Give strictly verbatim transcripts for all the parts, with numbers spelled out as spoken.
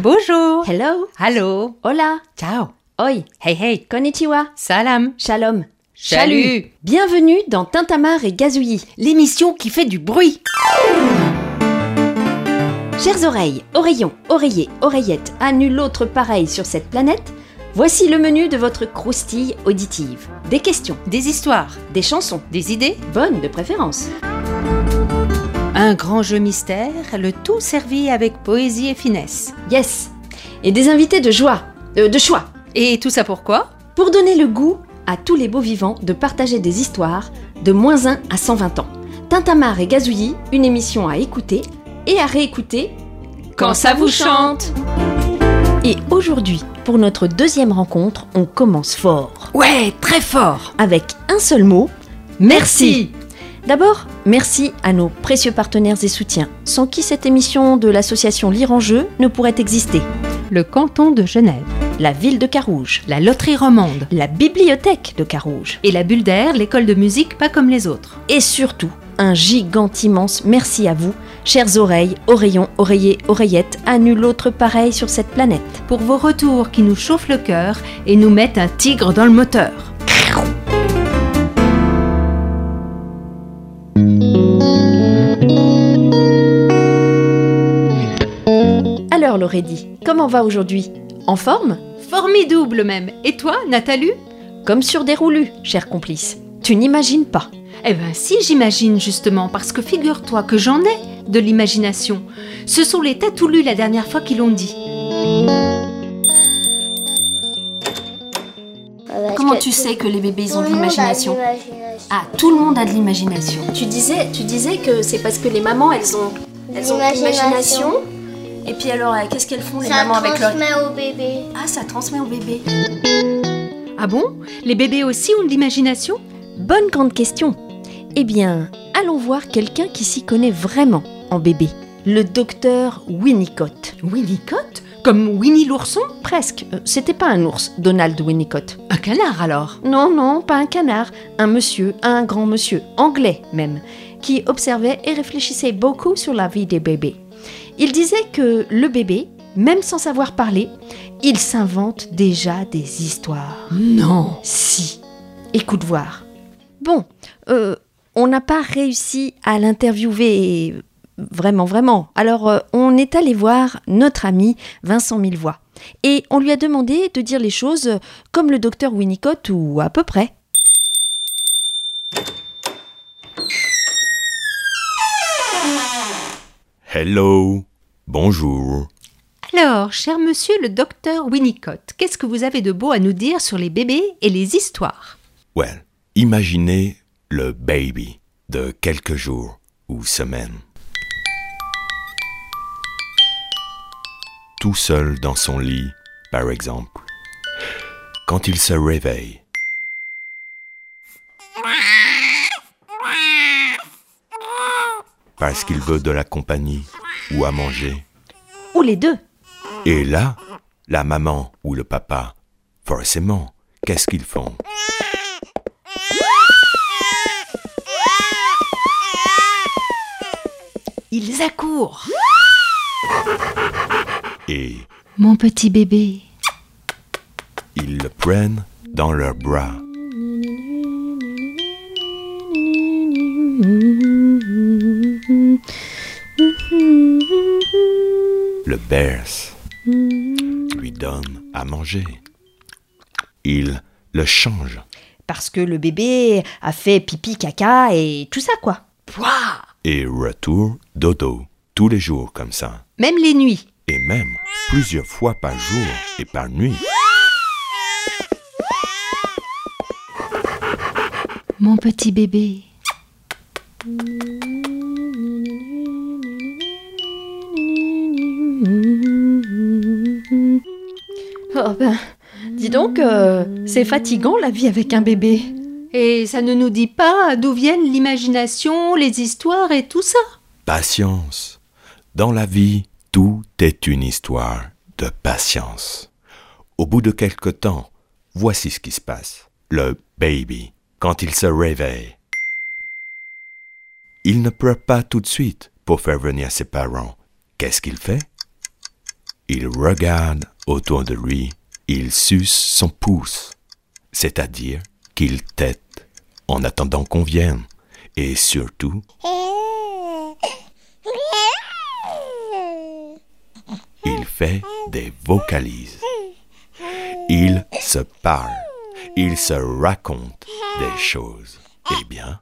Bonjour. Hello. Hallo. Hola. Ciao. Oi. Hey hey. Konnichiwa. Salam. Shalom. Salut. Bienvenue dans Tintamarre et Gazouillis. L'émission qui fait du bruit. Chères oreilles, oreillons, oreillers, oreillettes, à nul autre pareil sur cette planète, voici le menu de votre croustille auditive. Des questions, Des histoires. des chansons, Des idées. bonnes de préférence. Un grand jeu mystère, le tout servi avec poésie et finesse. Yes. Et des invités de joie, euh, de choix, Et tout ça pourquoi ? pour donner le goût à tous les beaux vivants de partager des histoires de moins un à cent vingt ans. Tintamarre et Gazouillis, une émission à écouter et à réécouter Quand ça vous chante. Et aujourd'hui, pour notre deuxième rencontre, on commence fort. Ouais, très fort. Avec un seul mot, merci. D'abord, merci à nos précieux partenaires et soutiens, sans qui cette émission de l'association Lire en Jeu ne pourrait exister. Le canton de Genève, La ville de Carouge, la loterie romande la bibliothèque de Carouge, et la Bulle d'Air, l'école de musique pas comme les autres. et surtout, un gigant immense merci à vous, chères oreilles, oreillons, oreillers, oreillettes, à nul autre pareil sur cette planète. Pour vos retours qui nous chauffent le cœur et nous mettent un tigre dans le moteur. Alors Laurélie, comment va aujourd'hui ? En forme ? Formidable même. Et toi, Nathalie ? Comme sur des roulus, cher complice. Tu n'imagines pas. Eh ben si, j'imagine justement, parce que figure-toi que j'en ai de l'imagination. Ce sont les tatoulus la dernière fois qui l'ont dit. Comment tu sais que les bébés ils ont de l'imagination ? Ah, tout le monde a de l'imagination. Tu disais, tu disais que c'est parce que les mamans elles ont, elles ont de l'imagination. Et puis alors, euh, qu'est-ce qu'elles font les Ça mamans avec leur... transmet au bébé. Ah, ça transmet au bébé. Ah bon ? Les bébés aussi ont de l'imagination ? Bonne grande question. Eh bien, allons voir quelqu'un qui s'y connaît vraiment en bébé. Le docteur Winnicott. Winnicott ? Comme Winnie l'ourson ? Presque. Euh, C'était pas un ours, Donald Winnicott. Un canard alors ? Non, non, pas un canard. Un monsieur, un grand monsieur, anglais même, qui observait et réfléchissait beaucoup sur la vie des bébés. Il disait que le bébé, même sans savoir parler, il s'invente déjà des histoires. Non. Si. Écoute voir. Bon, euh, on n'a pas réussi à l'interviewer vraiment, vraiment. Alors, euh, on est allé voir notre ami Vincent Millevoye. Et on lui a demandé de dire les choses comme le docteur Winnicott ou à peu près. Hello, bonjour. Alors, cher monsieur le docteur Winnicott, qu'est-ce que vous avez de beau à nous dire sur les bébés et les histoires ? Well, imaginez le baby de quelques jours ou semaines. Tout seul dans son lit, par exemple. Quand il se réveille. Parce qu'il veut de la compagnie ou à manger. Ou les deux. Et là, la maman ou le papa, forcément, qu'est-ce qu'ils font ? Ils accourent. Et Mon petit bébé. ils le prennent dans leurs bras. Le berce, lui donne à manger. Il le change. Parce que le bébé a fait pipi, caca et tout ça, quoi. Pouah ! Et retour dodo, tous les jours comme ça. Même les nuits. Et même plusieurs fois par jour et par nuit. Mon petit bébé. Oh ben, dis donc, euh, c'est fatigant la vie avec un bébé. Et ça ne nous dit pas d'où viennent l'imagination, les histoires et tout ça. Patience. Dans la vie, tout est une histoire de patience. Au bout de quelque temps, voici ce qui se passe. Le baby, quand il se réveille, il ne pleure pas tout de suite pour faire venir ses parents. Qu'est-ce qu'il fait ? Il regarde autour de lui, il suce son pouce, c'est-à-dire qu'il tète en attendant qu'on vienne, et surtout, il fait des vocalises. Il se parle, il se raconte des choses. Eh bien,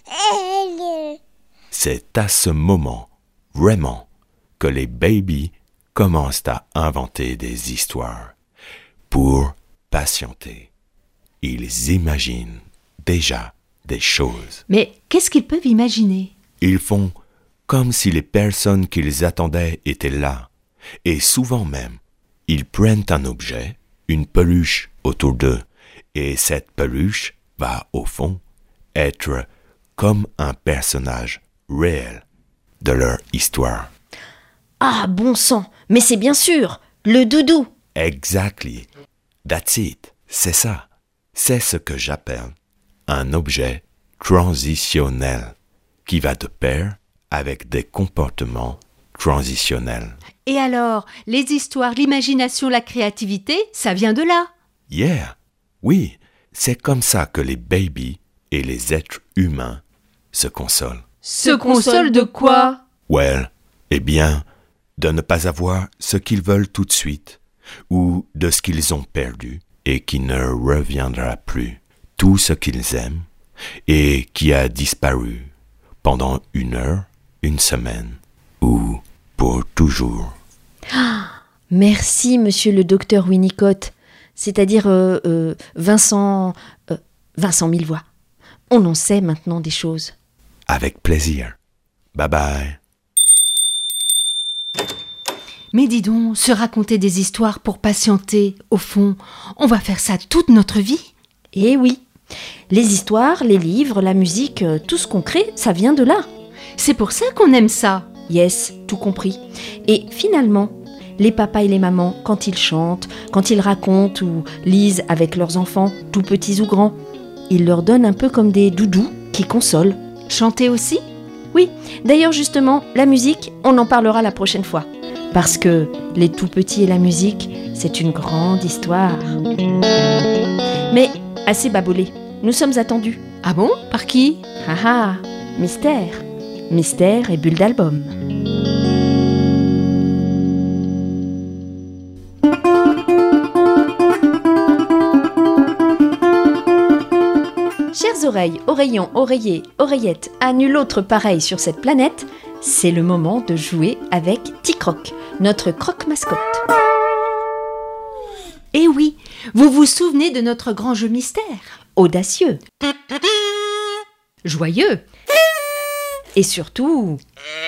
c'est à ce moment, vraiment, que les babies commencent à inventer des histoires pour patienter. Ils imaginent déjà des choses. Mais qu'est-ce qu'ils peuvent imaginer? Ils font comme si les personnes qu'ils attendaient étaient là. Et souvent même, ils prennent un objet, une peluche autour d'eux, et cette peluche va, au fond, être comme un personnage réel de leur histoire. Ah, bon sang, mais c'est bien sûr, le doudou. Exactly. That's it. C'est ça. C'est ce que j'appelle un objet transitionnel qui va de pair avec des comportements transitionnels. Et alors, les histoires, l'imagination, la créativité, ça vient de là? Yeah. Oui, c'est comme ça que les babies et les êtres humains se consolent. Se consolent de quoi? Well, eh bien, de ne pas avoir ce qu'ils veulent tout de suite, ou de ce qu'ils ont perdu et qui ne reviendra plus, tout ce qu'ils aiment et qui a disparu pendant une heure, une semaine ou pour toujours. Ah, merci, monsieur le docteur Winnicott, c'est-à-dire euh, euh, Vincent, euh, Vincent Millevoye. On en sait maintenant des choses. Avec plaisir. Bye bye. Mais dis donc, se raconter des histoires pour patienter, au fond, on va faire ça toute notre vie? Eh oui, les histoires, les livres, la musique, euh, tout ce qu'on crée, ça vient de là. C'est pour ça qu'on aime ça. Yes, tout compris. Et finalement, les papas et les mamans, quand ils chantent, quand ils racontent ou lisent avec leurs enfants, tout petits ou grands, ils leur donnent un peu comme des doudous qui consolent. Chanter aussi? Oui, d'ailleurs justement, la musique, on en parlera la prochaine fois. Parce que les tout petits et la musique, c'est une grande histoire. Mais assez babolé, nous sommes attendus. Ah bon? Par qui? Ah ah, mystère. Mystère et bulle d'album. Chères oreilles, oreillons, oreillers, oreillettes, à nul autre pareil sur cette planète, c'est le moment de jouer avec Ticroc, notre croque-mascotte. Eh oui, vous vous souvenez de notre grand jeu mystère? Audacieux. Joyeux. Et surtout...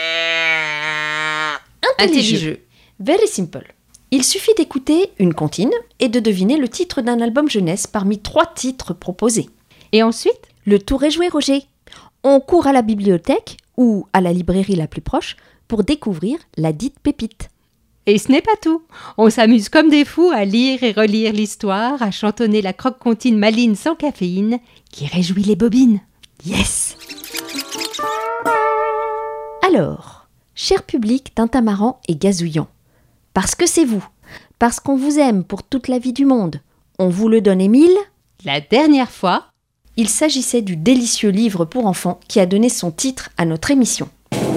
Intelligent. Very simple. Il suffit d'écouter une comptine et de deviner le titre d'un album jeunesse parmi trois titres proposés. Et ensuite? Le tour est joué, Roger. On court à la bibliothèque ou à la librairie la plus proche pour découvrir la dite pépite. Et ce n'est pas tout. On s'amuse comme des fous à lire et relire l'histoire, à chantonner la croque-comptine maline sans caféine qui réjouit les bobines. Yes! Alors, cher public tintamarrant et gazouillant, parce que c'est vous, parce qu'on vous aime pour toute la vie du monde, on vous le donne, Émile. La dernière fois, il s'agissait du délicieux livre pour enfants qui a donné son titre à notre émission.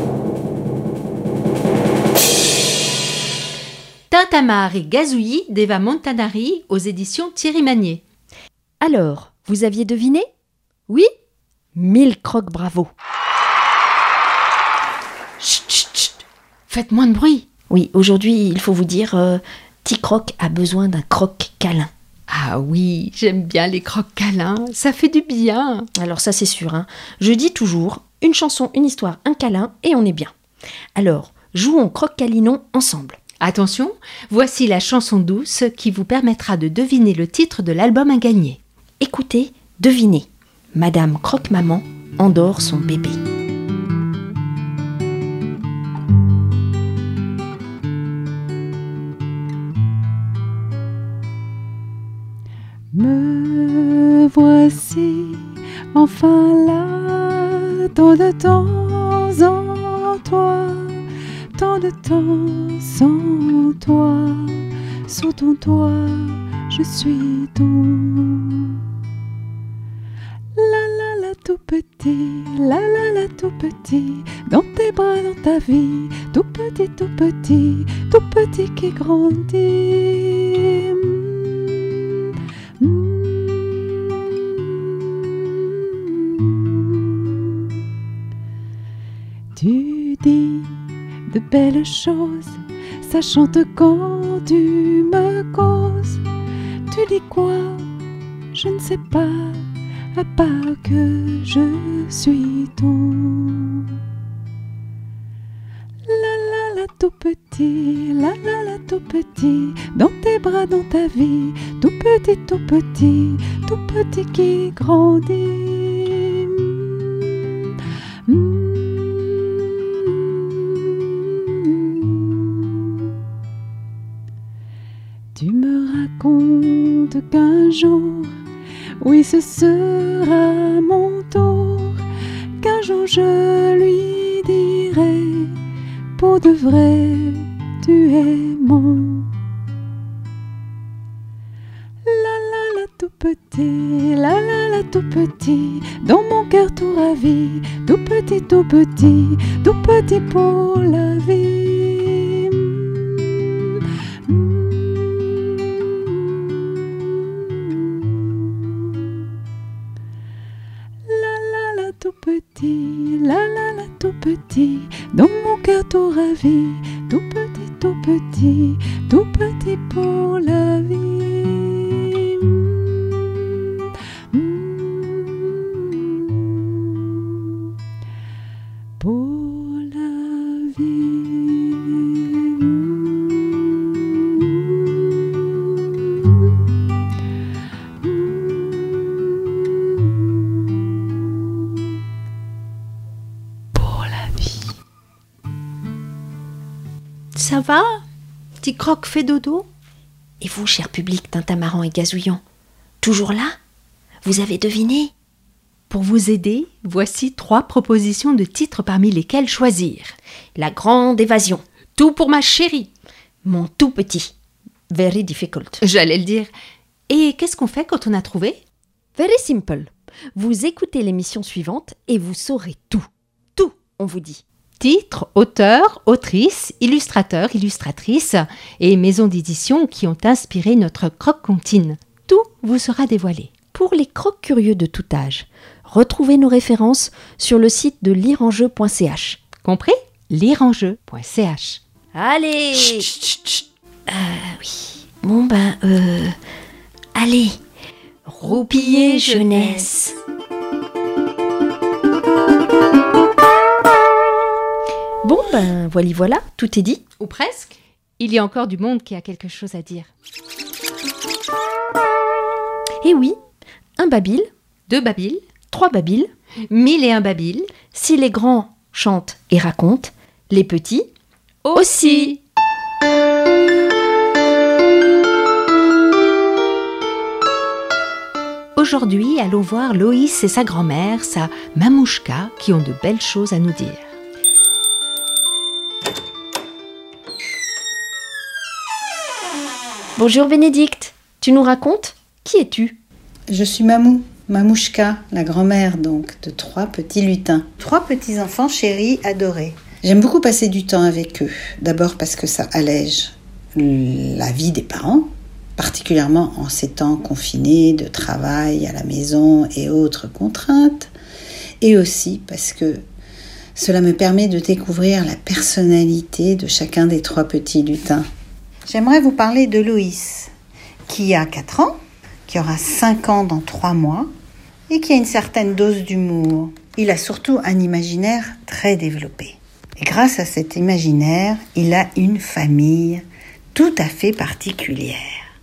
Tintamarre et Gazouillis d'Eva Montanari aux éditions Thierry Magnier. Alors, vous aviez deviné? Oui? Mille crocs bravo. Chut, chut, chut. Faites moins de bruit. Oui, aujourd'hui, il faut vous dire, euh, Ticroc a besoin d'un croc câlin. Ah oui, j'aime bien les crocs câlins, ça fait du bien. Alors ça, c'est sûr, hein. Je dis toujours, une chanson, une histoire, un câlin, et on est bien. Alors, jouons croc câlinon ensemble. Attention, voici la chanson douce qui vous permettra de deviner le titre de l'album à gagner. Écoutez, devinez. Madame Croque-Maman endort son bébé. Me voici enfin là, tant de temps en toi, tant de temps sans toi. Sous ton toit, je suis ton. La la la tout petit, la la la tout petit, dans tes bras, dans ta vie, tout petit, tout petit, tout petit qui grandit. Mm, mm. Tu dis de belles choses, ça chante quand tu me causes. Tu dis quoi? Je ne sais pas, à part que je suis ton. La la la tout petit, la la la tout petit, dans tes bras, dans ta vie, tout petit, tout petit, tout petit qui grandit. Mm. Tu me racontes qu'un jour, oui ce sera mon tour, qu'un jour je lui dirai, pour de vrai tu es mon. La la la tout petit, la la la tout petit, dans mon cœur tout ravi, tout petit, tout petit, tout petit pour la vie. Tout petit, la la la tout petit, dans mon cœur tout ravi, tout petit, tout petit, tout petit pour la vie. Mm. Pour la vie. Ça va? Petit croque fait dodo? Et vous, cher public tintamarrant et gazouillant, toujours là? Vous avez deviné? Pour vous aider, voici trois propositions de titres parmi lesquels choisir. La grande évasion. Tout pour ma chérie. Mon tout petit. Very difficult. J'allais le dire. Et qu'est-ce qu'on fait quand on a trouvé? Very simple. Vous écoutez l'émission suivante et vous saurez tout. Tout, on vous dit. Titre, auteur, autrice, illustrateur, illustratrice et maison d'édition qui ont inspiré notre croque-comptine. Tout vous sera dévoilé. Pour les croques curieux de tout âge, retrouvez nos références sur le site de lire en jeu point c h. Compris? lire en jeu point c h. Allez! Chut, chut, chut. Euh, oui. Bon ben, euh... allez, roupiller jeunesse. Bon ben, voilà, voilà, tout est dit. Ou presque. Il y a encore du monde qui a quelque chose à dire. Et oui, un babil, Deux babiles, trois babils. mille et un babiles. Si les grands chantent et racontent, les petits aussi. Aujourd'hui, allons voir Loïs et sa grand-mère, sa Mamouchka, qui ont de belles choses à nous dire. Bonjour Bénédicte, tu nous racontes? Qui es-tu? Je suis Mamou, Mamouchka, la grand-mère donc de trois petits lutins. Trois petits-enfants chéris, adorés. J'aime beaucoup passer du temps avec eux. D'abord parce que ça allège la vie des parents, particulièrement en ces temps confinés de travail à la maison et autres contraintes. Et aussi parce que cela me permet de découvrir la personnalité de chacun des trois petits lutins. J'aimerais vous parler de Loïs, qui a quatre ans, qui aura cinq ans dans trois mois, et qui a une certaine dose d'humour. Il a surtout un imaginaire très développé. Et grâce à cet imaginaire, il a une famille tout à fait particulière.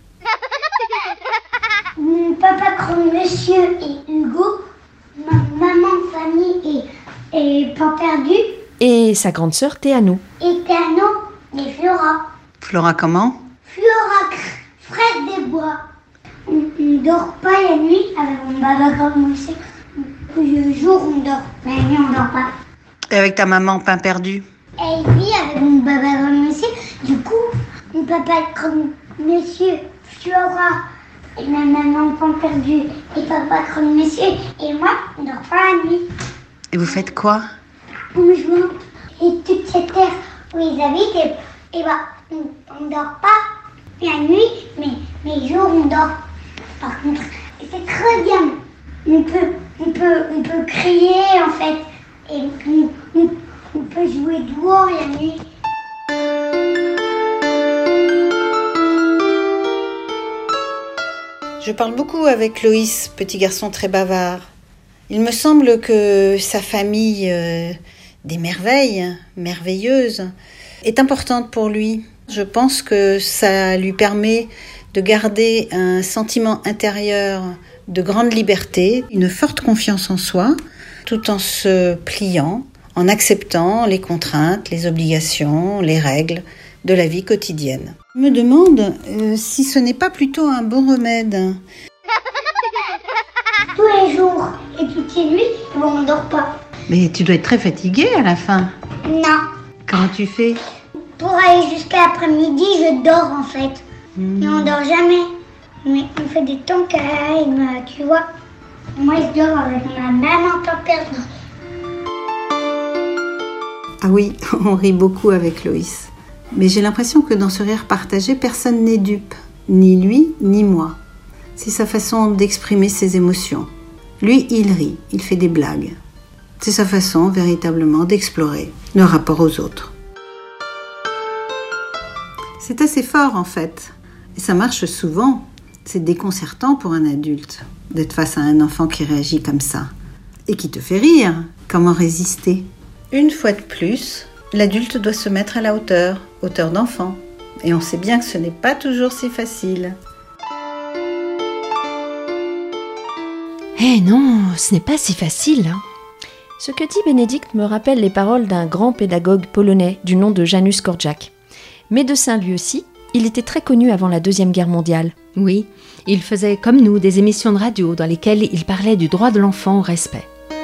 Mon papa Croque-Monsieur et Hugo, ma maman Fanny et, et Pas Perdu, Et sa grande sœur Théano. et Théano et Flora. Flora comment ? Flora Fred des Bois. On ne dort pas la nuit avec mon papa Croque-Monsieur. Le jour on dort, la nuit on dort pas. Et avec ta maman pain perdu ? elle vit avec mon papa croque-monsieur. Du coup, mon papa croque-monsieur, Flora, et ma maman enfant perdu, et papa croque-monsieur, et moi, on dort pas la nuit. Et vous faites quoi? On joue. Et toute cette terre où ils habitent, et, et bah, on ne dort pas la nuit, mais, mais le jour, on dort. Par contre, c'est très bien. On peut, on peut, on peut crier, en fait, et on, on, on peut jouer dehors la nuit. Je parle beaucoup avec Loïs, petit garçon très bavard. Il me semble que sa famille euh, des merveilles, merveilleuse, est importante pour lui. Je pense que ça lui permet de garder un sentiment intérieur de grande liberté, une forte confiance en soi, tout en se pliant, en acceptant les contraintes, les obligations, les règles de la vie quotidienne. Je me demande euh, si ce n'est pas plutôt un bon remède. Tous les jours et toutes les nuits, on ne dort pas. Mais tu dois être très fatiguée à la fin. Non. Comment tu fais? Pour aller jusqu'à l'après-midi, je dors en fait. Mmh. Et on dort jamais. Mais on fait des tankaïms, tu vois. Moi, je dors avec ma maman temps perdu. Ah oui, on rit beaucoup avec Loïs. Mais j'ai l'impression que dans ce rire partagé, personne n'est dupe. Ni lui, ni moi. C'est sa façon d'exprimer ses émotions. Lui, il rit, il fait des blagues. C'est sa façon, véritablement, d'explorer le rapport aux autres. C'est assez fort, en fait. Et ça marche souvent. C'est déconcertant pour un adulte d'être face à un enfant qui réagit comme ça. Et qui te fait rire. Comment résister? Une fois de plus, l'adulte doit se mettre à la hauteur, hauteur d'enfant. Et on sait bien que ce n'est pas toujours si facile. Eh non, ce n'est pas si facile. Hein. Ce que dit Bénédicte me rappelle les paroles d'un grand pédagogue polonais du nom de Janusz Korczak. Médecin lui aussi, il était très connu avant la Deuxième Guerre mondiale. Oui, il faisait comme nous des émissions de radio dans lesquelles il parlait du droit de l'enfant au respect.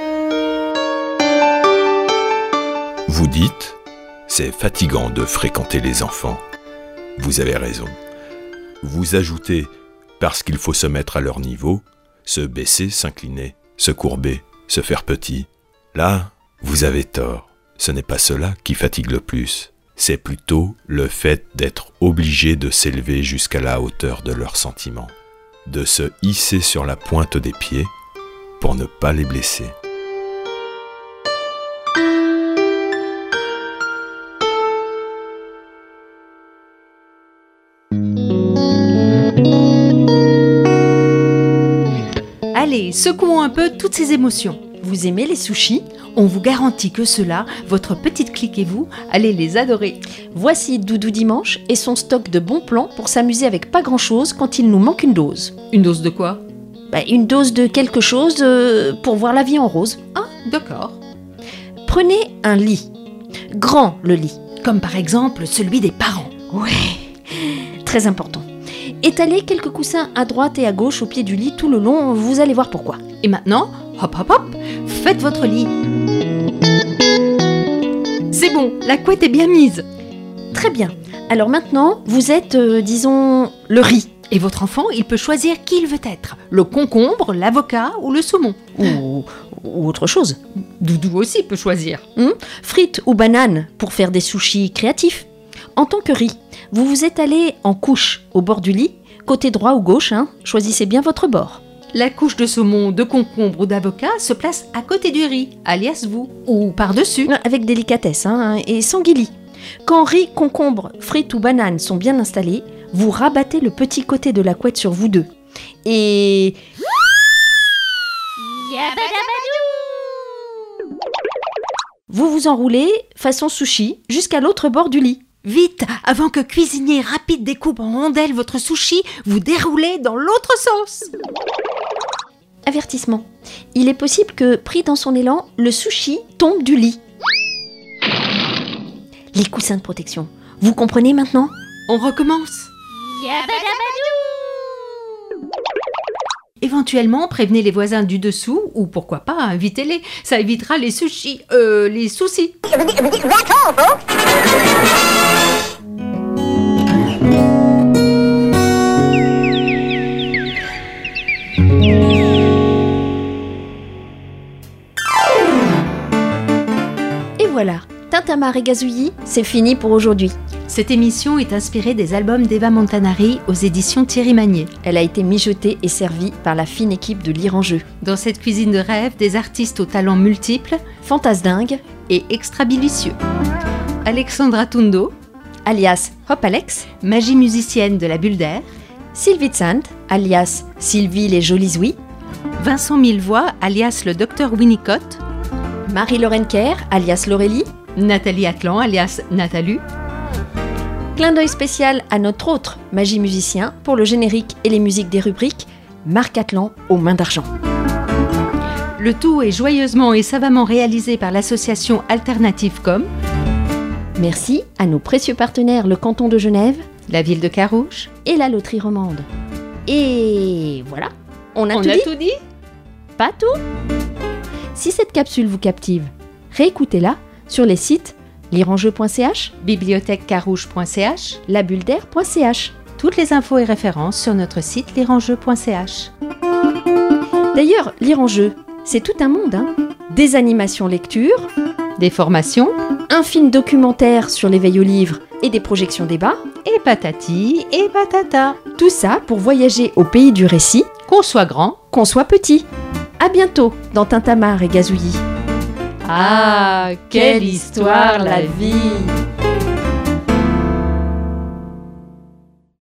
Vous dites, c'est fatigant de fréquenter les enfants. Vous avez raison. Vous ajoutez, parce qu'il faut se mettre à leur niveau, se baisser, s'incliner, se courber, se faire petit. Là, vous avez tort. Ce n'est pas cela qui fatigue le plus. C'est plutôt le fait d'être obligé de s'élever jusqu'à la hauteur de leurs sentiments, de se hisser sur la pointe des pieds pour ne pas les blesser. Allez, secouons un peu toutes ces émotions. Vous aimez les sushis ? On vous garantit que ceux-là, votre petite clique et vous, allez les adorer. Voici Doudou Dimanche et son stock de bons plans pour s'amuser avec pas grand-chose quand il nous manque une dose. Une dose de quoi ? Bah, une dose de quelque chose euh, pour voir la vie en rose. Ah, d'accord. Prenez un lit. Grand, le lit. Comme par exemple celui des parents. Ouais, très important. Étalez quelques coussins à droite et à gauche au pied du lit tout le long, vous allez voir pourquoi. Et maintenant, hop hop hop, faites votre lit. C'est bon, la couette est bien mise. Très bien. Alors maintenant, vous êtes, euh, disons, le riz. Et votre enfant, il peut choisir qui il veut être. Le concombre, l'avocat ou le saumon. Ou, ou autre chose. Doudou aussi peut choisir. Hum, frites ou bananes pour faire des sushis créatifs. En tant que riz, vous vous étalez en couche au bord du lit, côté droit ou gauche, hein, choisissez bien votre bord. La couche de saumon, de concombre ou d'avocat se place à côté du riz, alias vous, ou par-dessus. Avec délicatesse hein, et sans guillis. Quand riz, concombre, frites ou bananes sont bien installés, vous rabattez le petit côté de la couette sur vous deux. Et... vous vous enroulez façon sushi jusqu'à l'autre bord du lit. Vite, avant que cuisinier rapide découpe en rondelles votre sushi, vous déroulez dans l'autre sens. Avertissement. Il est possible que, pris dans son élan, le sushi tombe du lit. Les coussins de protection. Vous comprenez maintenant ? On recommence. Et éventuellement, prévenez les voisins du dessous ou pourquoi pas, invitez-les. Ça évitera les sushis, euh, les soucis. Et voilà, Tintamarre et Gazouillis, c'est fini pour aujourd'hui. Cette émission est inspirée des albums d'Eva Montanari aux éditions Thierry Magnier. Elle a été mijotée et servie par la fine équipe de Lire en Jeu. Dans cette cuisine de rêve, des artistes aux talents multiples, Fantasdingue et extra-bilicieux. Alexandra Tundo, alias Hop Alex, magie musicienne de la Bulle d'Air, Sylvie Tsant, alias Sylvie les Jolies Ouïes, Vincent Millevoix, alias le docteur Winnicott, Marie-Laurent Kerr, alias Laurélie, Nathalie Atlan, alias Nathalie. Clin d'œil spécial à notre autre magie musicien pour le générique et les musiques des rubriques, Marc Atlan aux mains d'argent. Le tout est joyeusement et savamment réalisé par l'association Alternative Com. Merci à nos précieux partenaires le canton de Genève, la ville de Carouge et la loterie romande. Et voilà, on a, on tout, a dit. tout dit Pas tout. Si cette capsule vous captive, réécoutez-la sur les sites lireenjeu point c h, bibliothèque carouge point c h, labulledair point c h. Toutes les infos et références sur notre site lireenjeu point c h. D'ailleurs, Lire en Jeu, c'est tout un monde, hein. Des animations lecture, des formations, un film documentaire sur l'éveil au livre et des projections débats, et patati et patata. Tout ça pour voyager au pays du récit, qu'on soit grand, qu'on soit petit. À bientôt dans Tintamarre et Gazouillis. Ah, quelle histoire la vie!